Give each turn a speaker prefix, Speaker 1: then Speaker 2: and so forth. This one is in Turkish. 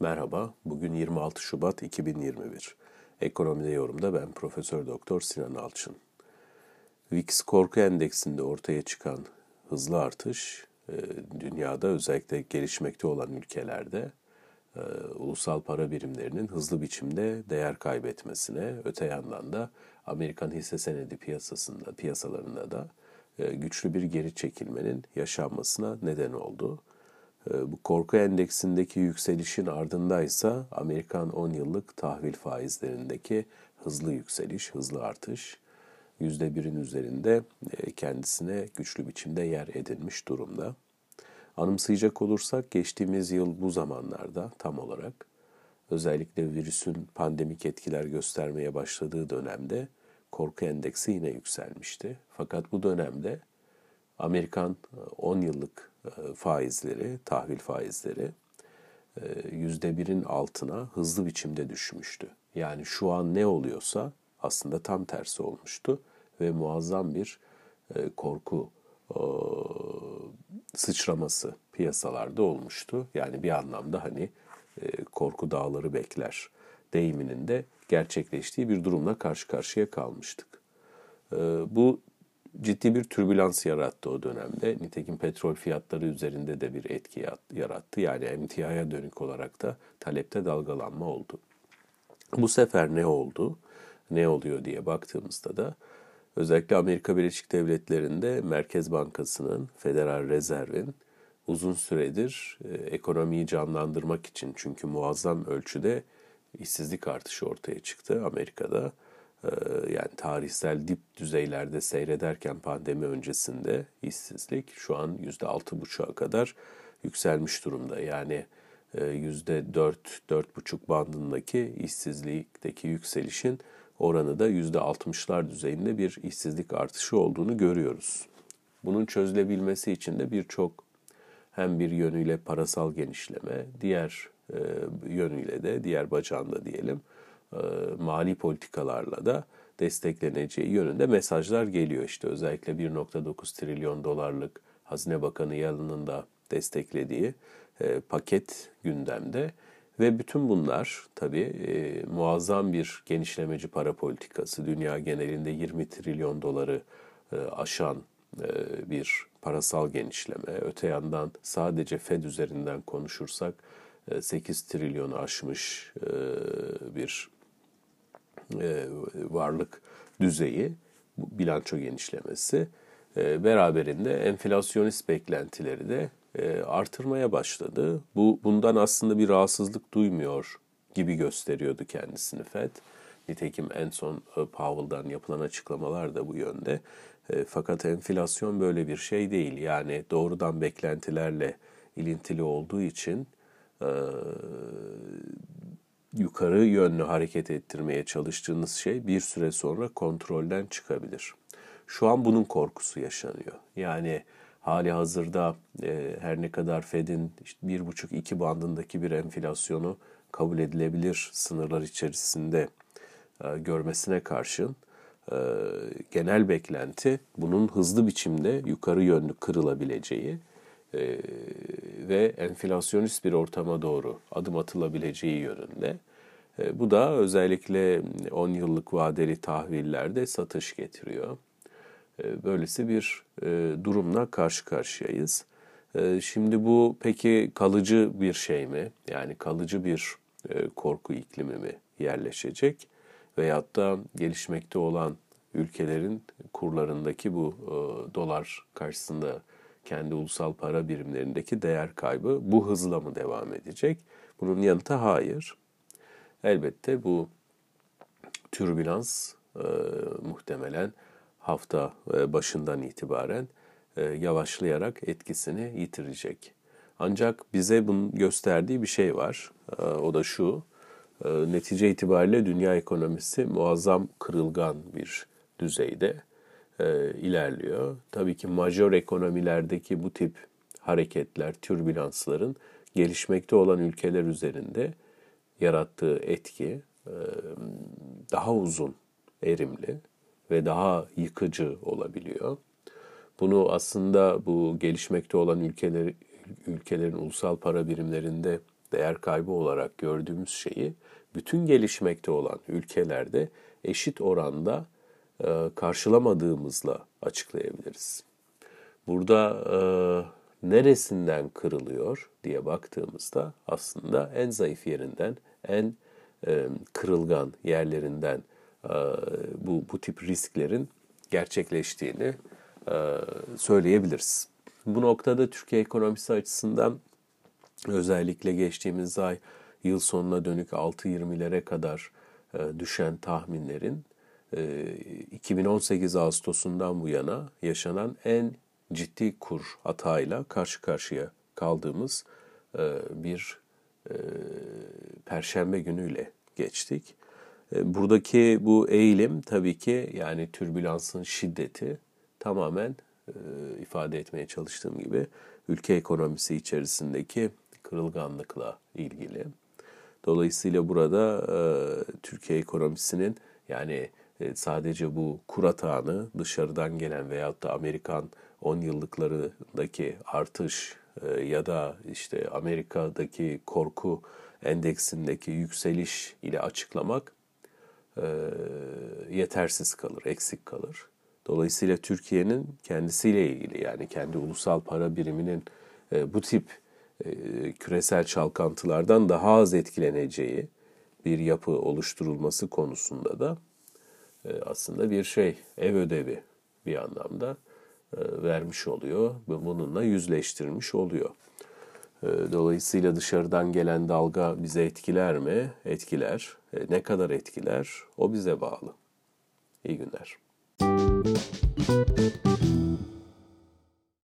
Speaker 1: Merhaba, bugün 26 Şubat 2021. Ekonomide yorumda ben Profesör Doktor Sinan Alçın. VIX korku endeksinde ortaya çıkan hızlı artış, dünyada özellikle gelişmekte olan ülkelerde ulusal para birimlerinin hızlı biçimde değer kaybetmesine, öte yandan da Amerikan hisse senedi piyasalarında da güçlü bir geri çekilmenin yaşanmasına neden oldu. Bu korku endeksindeki yükselişin ardındaysa Amerikan 10 yıllık tahvil faizlerindeki hızlı yükseliş, hızlı artış %1'in üzerinde kendisine güçlü biçimde yer edinmiş durumda. Anımsayacak olursak geçtiğimiz yıl bu zamanlarda tam olarak özellikle virüsün pandemik etkiler göstermeye başladığı dönemde korku endeksi yine yükselmişti. Fakat bu dönemde Amerikan 10 yıllık faizleri, tahvil faizleri %1'in altına hızlı biçimde düşmüştü. Yani şu an ne oluyorsa aslında tam tersi olmuştu ve muazzam bir korku sıçraması piyasalarda olmuştu. Yani bir anlamda hani korku dağları bekler deyiminin de gerçekleştiği bir durumla karşı karşıya kalmıştık. Bu ciddi bir türbülans yarattı o dönemde. Nitekim petrol fiyatları üzerinde de bir etki yarattı. Yani emtiaya dönük olarak da talepte dalgalanma oldu. Bu sefer ne oldu? Ne oluyor diye baktığımızda da özellikle Amerika Birleşik Devletleri'nde Merkez Bankası'nın, Federal Rezerv'in uzun süredir ekonomiyi canlandırmak için, çünkü muazzam ölçüde işsizlik artışı ortaya çıktı Amerika'da. Yani tarihsel dip düzeylerde seyrederken pandemi öncesinde işsizlik şu an %6,5'a kadar yükselmiş durumda. Yani %4-4,5 bandındaki işsizlikteki yükselişin oranı da %60'lar düzeyinde bir işsizlik artışı olduğunu görüyoruz. Bunun çözülebilmesi için de birçok hem bir yönüyle parasal genişleme, diğer yönüyle de, diğer bacağında diyelim, mali politikalarla da destekleneceği yönünde mesajlar geliyor. İşte özellikle 1,9 trilyon dolarlık Hazine Bakanı Yalın'ın da desteklediği paket gündemde ve bütün bunlar tabii muazzam bir genişlemeci para politikası. Dünya genelinde 20 trilyon doları aşan bir parasal genişleme. Öte yandan sadece Fed üzerinden konuşursak 8 trilyonu aşmış bir varlık düzeyi, bilanço genişlemesi beraberinde enflasyonist beklentileri de artırmaya başladı. Bundan aslında bir rahatsızlık duymuyor gibi gösteriyordu kendisini Fed. Nitekim en son Powell'dan yapılan açıklamalar da bu yönde. Fakat enflasyon böyle bir şey değil. Yani doğrudan beklentilerle ilintili olduğu için yukarı yönlü hareket ettirmeye çalıştığınız şey bir süre sonra kontrolden çıkabilir. Şu an bunun korkusu yaşanıyor. Yani hali hazırda her ne kadar Fed'in işte 1,5-2 bandındaki bir enflasyonu kabul edilebilir sınırlar içerisinde görmesine karşın genel beklenti bunun hızlı biçimde yukarı yönlü kırılabileceği ve enflasyonist bir ortama doğru adım atılabileceği yönünde. Bu da özellikle 10 yıllık vadeli tahvillerde satış getiriyor. Böylesi bir durumla karşı karşıyayız. Şimdi bu peki kalıcı bir şey mi? Yani kalıcı bir korku iklimi mi yerleşecek? Veyahut da gelişmekte olan ülkelerin kurlarındaki bu dolar karşısında kendi ulusal para birimlerindeki değer kaybı bu hızla mı devam edecek? Bunun yanıtı hayır. Elbette bu türbülans muhtemelen hafta başından itibaren yavaşlayarak etkisini yitirecek. Ancak bize bunun gösterdiği bir şey var. O da şu, netice itibariyle dünya ekonomisi muazzam kırılgan bir düzeyde ilerliyor. Tabii ki majör ekonomilerdeki bu tip hareketler, türbülansların gelişmekte olan ülkeler üzerinde yarattığı etki daha uzun erimli ve daha yıkıcı olabiliyor. Bunu aslında bu gelişmekte olan ülkelerin ulusal para birimlerinde değer kaybı olarak gördüğümüz şeyi bütün gelişmekte olan ülkelerde eşit oranda karşılamadığımızla açıklayabiliriz. Burada neresinden kırılıyor diye baktığımızda aslında en zayıf yerinden, en kırılgan yerlerinden bu tip risklerin gerçekleştiğini söyleyebiliriz. Bu noktada Türkiye ekonomisi açısından özellikle geçtiğimiz ay yıl sonuna dönük 6.20'lere kadar düşen tahminlerin 2018 Ağustos'undan bu yana yaşanan en ciddi kur hatayla karşı karşıya kaldığımız bir Perşembe günüyle geçtik. Buradaki bu eğilim tabii ki yani türbülansın şiddeti tamamen ifade etmeye çalıştığım gibi ülke ekonomisi içerisindeki kırılganlıkla ilgili. Dolayısıyla burada Türkiye ekonomisinin yani sadece bu kur atağını dışarıdan gelen veyahut da Amerikan 10 yıllıklarındaki artış ya da işte Amerika'daki korku endeksindeki yükseliş ile açıklamak yetersiz kalır, eksik kalır. Dolayısıyla Türkiye'nin kendisiyle ilgili yani kendi ulusal para biriminin bu tip küresel çalkantılardan daha az etkileneceği bir yapı oluşturulması konusunda da aslında bir ev ödevi bir anlamda vermiş oluyor ve bununla yüzleştirmiş oluyor. Dolayısıyla dışarıdan gelen dalga bize etkiler mi? Etkiler. Ne kadar etkiler? O bize bağlı. İyi günler.